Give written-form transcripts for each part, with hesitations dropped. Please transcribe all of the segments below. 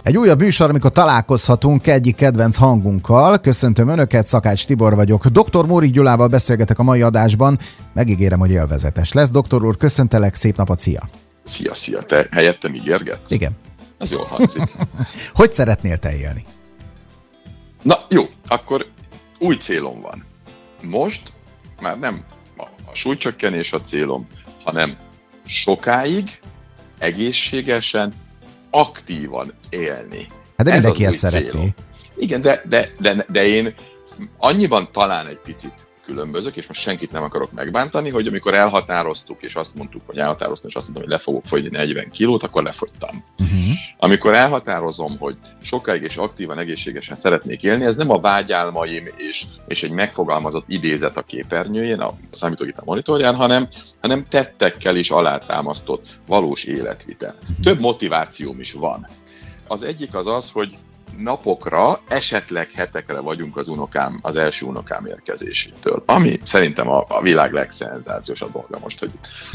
Egy újabb műsor, amikor találkozhatunk egyik kedvenc hangunkkal. Köszöntöm Önöket, Szakács Tibor vagyok. Dr. Mórik Gyulával beszélgetek a mai adásban. Megígérem, hogy élvezetes lesz. Doktor úr, köszöntelek, szép napot, szia! Szia, te helyettem ígérgetsz? Igen. Ez jól hangzik. Hogy szeretnél te élni? Na jó, akkor új célom van. Most már nem a súlycsökkenés a célom, hanem sokáig, egészségesen, aktívan élni. Hát de mindenki ezt szeretné. Igen, de én annyiban talán egy picit különbözök, és most senkit nem akarok megbántani, hogy amikor elhatároztuk, és azt mondtuk, hogy elhatároztam, és azt mondtam, hogy le fogok fogyni 40 kilót, akkor lefogytam. Amikor elhatározom, hogy sokáig és aktívan, egészségesen szeretnék élni, ez nem a vágyálmaim és egy megfogalmazott idézet a képernyőjén, a számítógép monitorján, hanem tettekkel is alátámasztott valós életvitel. Több motivációm is van. Az egyik az, hogy napokra, esetleg hetekre vagyunk az első unokám érkezésétől. Ami szerintem a világ legszenzációsabb dolga most, hogy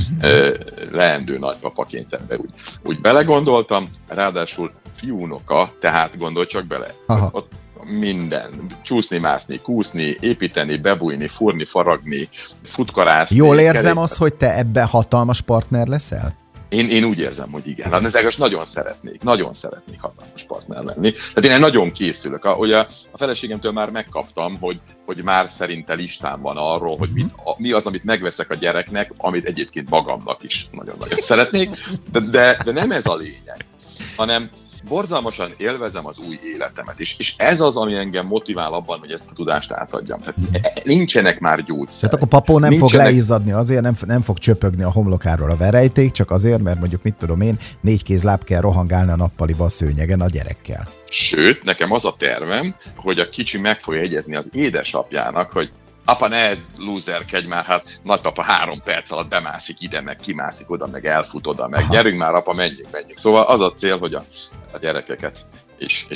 leendő nagypapaként ebbe úgy belegondoltam, ráadásul fiúunoka, tehát gondolj csak bele. Ott minden, csúszni, mászni, kúszni, építeni, bebújni, fúrni, faragni, futkarászni. Jól érzem azt, hogy te ebbe hatalmas partner leszel? Én úgy érzem, hogy igen. Hát ezeket nagyon szeretnék hatalmas partner lenni. Tehát én nagyon készülök. Ugye a feleségemtől már megkaptam, hogy már szerinte listám van arról, hogy mi az, amit megveszek a gyereknek, amit egyébként magamnak is nagyon-nagyon szeretnék, de nem ez a lényeg, hanem borzalmasan élvezem az új életemet is, és ez az, ami engem motivál abban, hogy ezt a tudást átadjam. Tehát nincsenek már gyógyszerek. Tehát akkor papó nem fog leizzadni azért, nem fog csöpögni a homlokáról a verejték, csak azért, mert mondjuk mit tudom én, 4 kézláb kell rohangálni a nappaliba a szőnyegen a gyerekkel. Sőt, nekem az a tervem, hogy a kicsi meg fogja jegyezni az édesapjának, hogy apa, ne lúzerkedj már, hát nagypapa 3 perc alatt bemászik ide, meg kimászik oda, meg elfut oda, meg gyerünk már, apa, menjünk. Szóval az a cél, hogy a gyerekeket és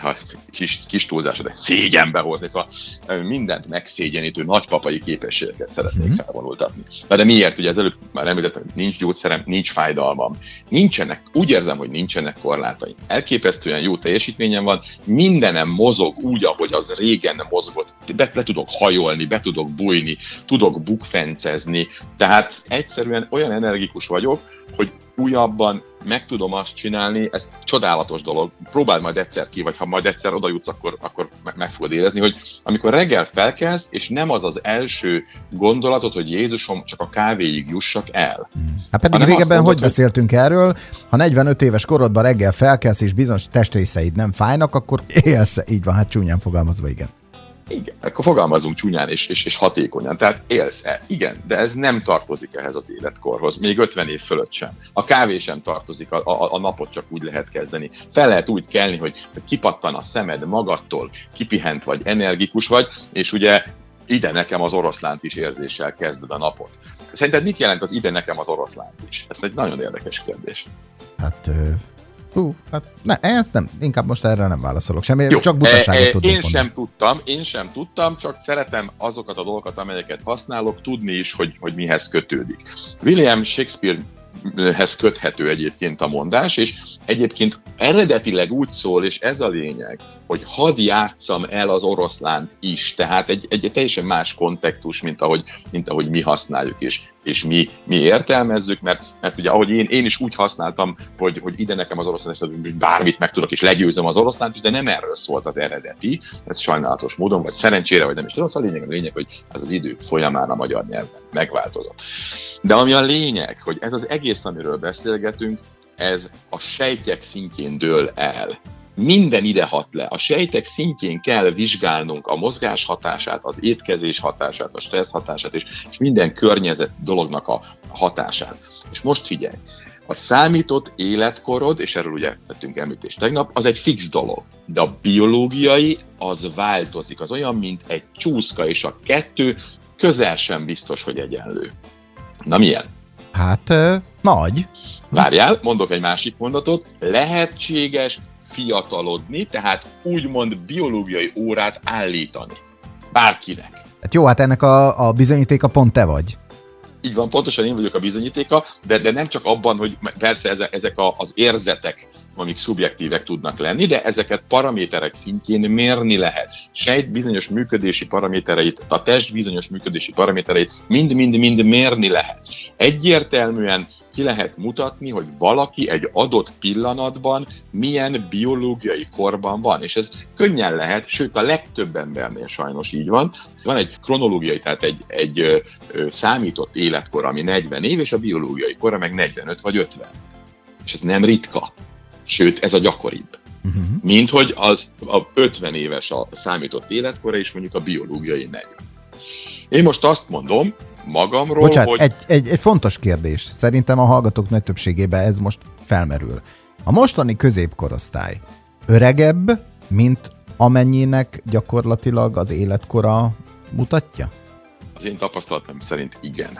kis túlzásra, de szégyenbe hozni, szóval mindent megszégyenítő nagypapai képességeket szeretnék felvonultatni. De miért? Ugye előbb már említettem, hogy nincs gyógyszerem, nincs fájdalmam. Úgy érzem, hogy nincsenek korlátaim. Elképesztően jó teljesítményem van, mindenem mozog úgy, ahogy az régen mozgott. Le tudok hajolni, be tudok bújni, tudok bukfencezni, tehát egyszerűen olyan energikus vagyok, hogy újabban meg tudom azt csinálni, ez csodálatos dolog. Próbáld majd egyszer ki, vagy ha majd egyszer oda jutsz, akkor meg fogod érezni, hogy amikor reggel felkelsz, és nem az első gondolatod, hogy Jézusom, csak a kávéig jussak el. Hát pedig régebben hogy beszéltünk erről, ha 45 éves korodban reggel felkelsz, és bizonyos testrészeid nem fájnak, akkor élsz. Így van, hát csúnyán fogalmazva, igen. Igen, akkor fogalmazunk csúnyán és hatékonyan. Tehát élsz-e? Igen, de ez nem tartozik ehhez az életkorhoz. Még 50 év fölött sem. A kávé sem tartozik, a napot csak úgy lehet kezdeni. Fel lehet úgy kelni, hogy kipattan a szemed magadtól, kipihent vagy, energikus vagy, és ugye ide nekem az oroszlánt is érzéssel kezded a napot. Szerinted mit jelent az ide nekem az oroszlánt is? Ez egy nagyon érdekes kérdés. Ezt nem, inkább most erre nem válaszolok semmi, csak butaságot tudnék mondani. Én sem tudtam, csak szeretem azokat a dolgokat, amelyeket használok, tudni is, hogy mihez kötődik. William Shakespeare-hez köthető egyébként a mondás, és egyébként eredetileg úgy szól, és ez a lényeg, hogy hadd játsszam el az oroszlánt is, tehát egy teljesen más kontextus, mint ahogy mi használjuk, és mi értelmezzük, mert ugye ahogy én is úgy használtam, hogy ide nekem az oroszlán, és bármit meg tudok, és legyőzöm az oroszlánt is, de nem erről szólt az eredeti, ez sajnálatos módon, vagy szerencsére, vagy nem is tudom, szóval a lényeg, hogy ez az idő folyamán a magyar nyelven megváltozott. De ami a lényeg, hogy ez az egész, amiről beszélgetünk, ez a sejtek szintjén dől el. Minden ide hat le. A sejtek szintjén kell vizsgálnunk a mozgás hatását, az étkezés hatását, a stressz hatását, és minden környezet dolognak a hatását. És most figyelj, a számított életkorod, és erről ugye tettünk említést tegnap, az egy fix dolog, de a biológiai az változik. Az olyan, mint egy csúszka, és a kettő közel sem biztos, hogy egyenlő. Na milyen? Hát, nagy. Várjál, mondok egy másik mondatot. Lehetséges fiatalodni, tehát úgymond biológiai órát állítani. Bárkinek. Hát jó, hát ennek a bizonyítéka pont te vagy. Így van, pontosan én vagyok a bizonyítéka, de nem csak abban, hogy persze ezek az érzetek amik szubjektívek tudnak lenni, de ezeket paraméterek szintjén mérni lehet. Sejt bizonyos működési paramétereit, a test bizonyos működési paramétereit mind mérni lehet. Egyértelműen ki lehet mutatni, hogy valaki egy adott pillanatban milyen biológiai korban van, és ez könnyen lehet, sőt a legtöbb embernél sajnos így van. Van egy kronológiai, tehát egy számított életkor, ami 40 év, és a biológiai kora meg 45 vagy 50. És ez nem ritka, sőt ez a gyakoribb. Mint hogy az a 50 éves a számított életkora, és mondjuk a biológiai 40. Én most azt mondom magamról, bocsánat, hogy... egy fontos kérdés. Szerintem a hallgatók nagy többségében ez most felmerül. A mostani középkorosztály öregebb, mint amennyinek gyakorlatilag az életkora mutatja? Az én tapasztalatom szerint igen.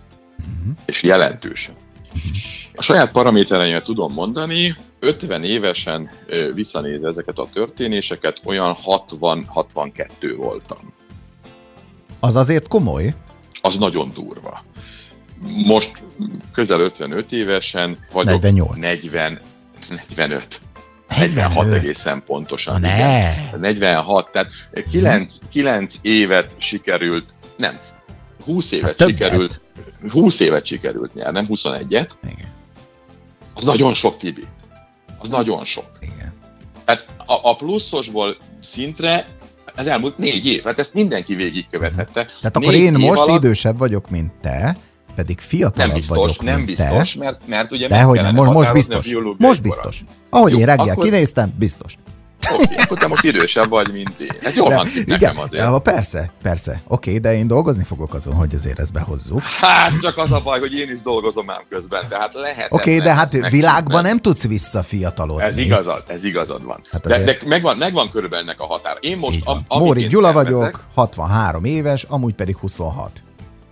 És jelentősen. A saját paramétereimet tudom mondani, 50 évesen visszanézve ezeket a történéseket, olyan 60-62 voltam. Az azért komoly? Az nagyon durva. Most közel 55 évesen vagyok. 48. 45. 46 egészen pontosan. Ne. 46, tehát 9 évet sikerült, nem, 20 évet sikerült. 20 évet sikerült nyerni, nem 21-et. Igen. Az nagyon sok, Tibi. Az nagyon sok. Igen. Hát a pluszosból szintre az elmúlt 4 év, hát ezt mindenki végigkövethette. Tehát akkor én most idősebb vagyok, mint te, pedig fiatalabb vagyok, nem mint biztos, te. mert ugye Dehogy nem, most biztos. Most korat. biztos. Ahogy Jó, én reggel akkor... kinéztem, biztos. Oké, akkor te most idősebb vagy, mint én. Ez jól hangzik nekem azért. Ja, persze. Oké, de én dolgozni fogok azon, hogy azért ezt behozzuk. Hát csak az a baj, hogy én is dolgozom ám közben, tehát lehet. Oké, de hát világban nem tudsz visszafiatalodni. Ez igazad van. Hát de megvan körülbelül ennek a határ. Én most, Móri Gyula vagyok, 63 éves, amúgy pedig 26.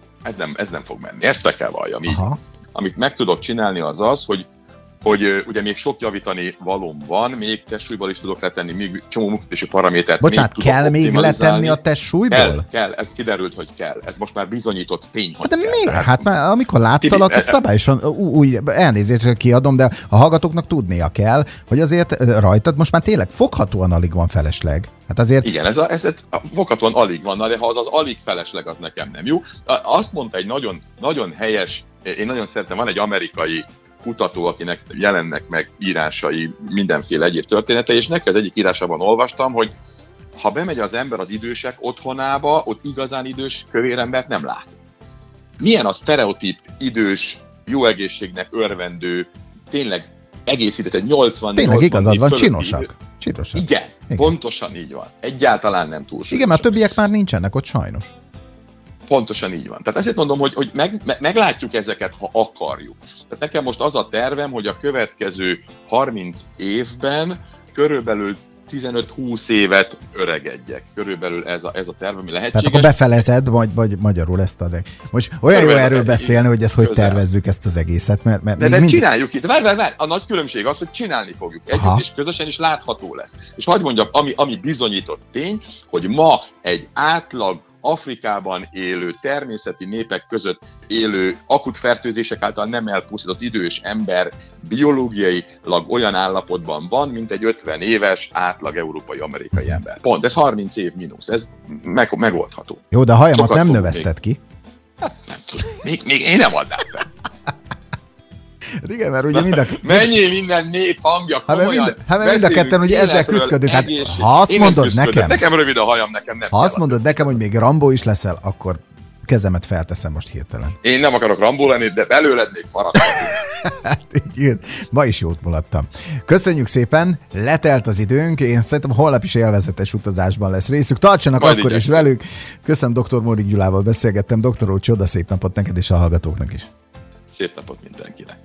Ez nem fog menni, ezt be kell valljam. Amit meg tudok csinálni az, hogy ugye még sok javítani valóm van, még testsúlyból is tudok letenni, még csomó működési paramétert. Bocsánat, kell még letenni a testsúlyból? Kell, ez kiderült, hogy kell. Ez most már bizonyított tény, hogy de kell. Miért? Hát már amikor láttalak, hát szabályosan új elnézést kiadom, de a hallgatóknak tudnia kell, hogy azért rajtad most már tényleg foghatóan alig van felesleg. Hát azért... Igen, ez foghatóan alig van, de ha az alig felesleg, az nekem nem jó. Azt mondta egy nagyon, nagyon helyes, én nagyon szeretem, van egy amerikai kutató, akinek jelennek meg írásai, mindenféle egyéb története, és neki az egyik írásában olvastam, hogy ha bemegy az ember az idősek otthonába, ott igazán idős kövér embert nem lát. Milyen a sztereotíp idős, jó egészségnek örvendő, tényleg egészített egy 80. Tényleg igazad van, csinosak. Igen, pontosan így van. Egyáltalán nem túl súlyosak. Igen, mert a többiek már nincsenek ott sajnos. Pontosan így van. Tehát ezért mondom, hogy meglátjuk ezeket, ha akarjuk. Tehát nekem most az a tervem, hogy a következő 30 évben körülbelül 15-20 évet öregedjek. Körülbelül ez a terv, ami lehetséges. Tehát akkor befelezed, vagy magyarul ezt az egész. Most olyan jó erről beszélni, hogy ezt hogy tervezzük ezt az egészet, mert de csináljuk itt. Várj. A nagy különbség az, hogy csinálni fogjuk. Együtt és közösen is látható lesz. És hadd mondjam, ami bizonyított tény, hogy ma egy átlag Afrikában élő, természeti népek között élő, akut fertőzések által nem elpusztított idős ember biológiailag olyan állapotban van, mint egy 50 éves átlag európai-amerikai ember. Pont, ez 30 év mínusz, ez megoldható. Jó, de a hajamat sokat nem növeszted ki. Hát nem tudom, még én nem adnám be. Igen, mert ugye mennyi minden nép hangja komolyan. Hát mind a ketten ugye ezzel küzdködünk. Hát, ha azt mondod nekem rövid a hajam, nekem nem. Ha azt mondod nekem, hogy még Rambó is leszel, akkor kezemet felteszem most hirtelen. Én nem akarok Rambó lenni, de belőled még faragni. Hát így, ma is jót mulattam. Köszönjük szépen, letelt az időnk, én szerintem holnap is élvezetes utazásban lesz részük. Tartsanak majd akkor is velük. Köszönöm, dr. Móri Gyulával beszélgettem. Doktor úr, csoda szép napot neked és a hallgatóknak is. Szép napot mindenkinek.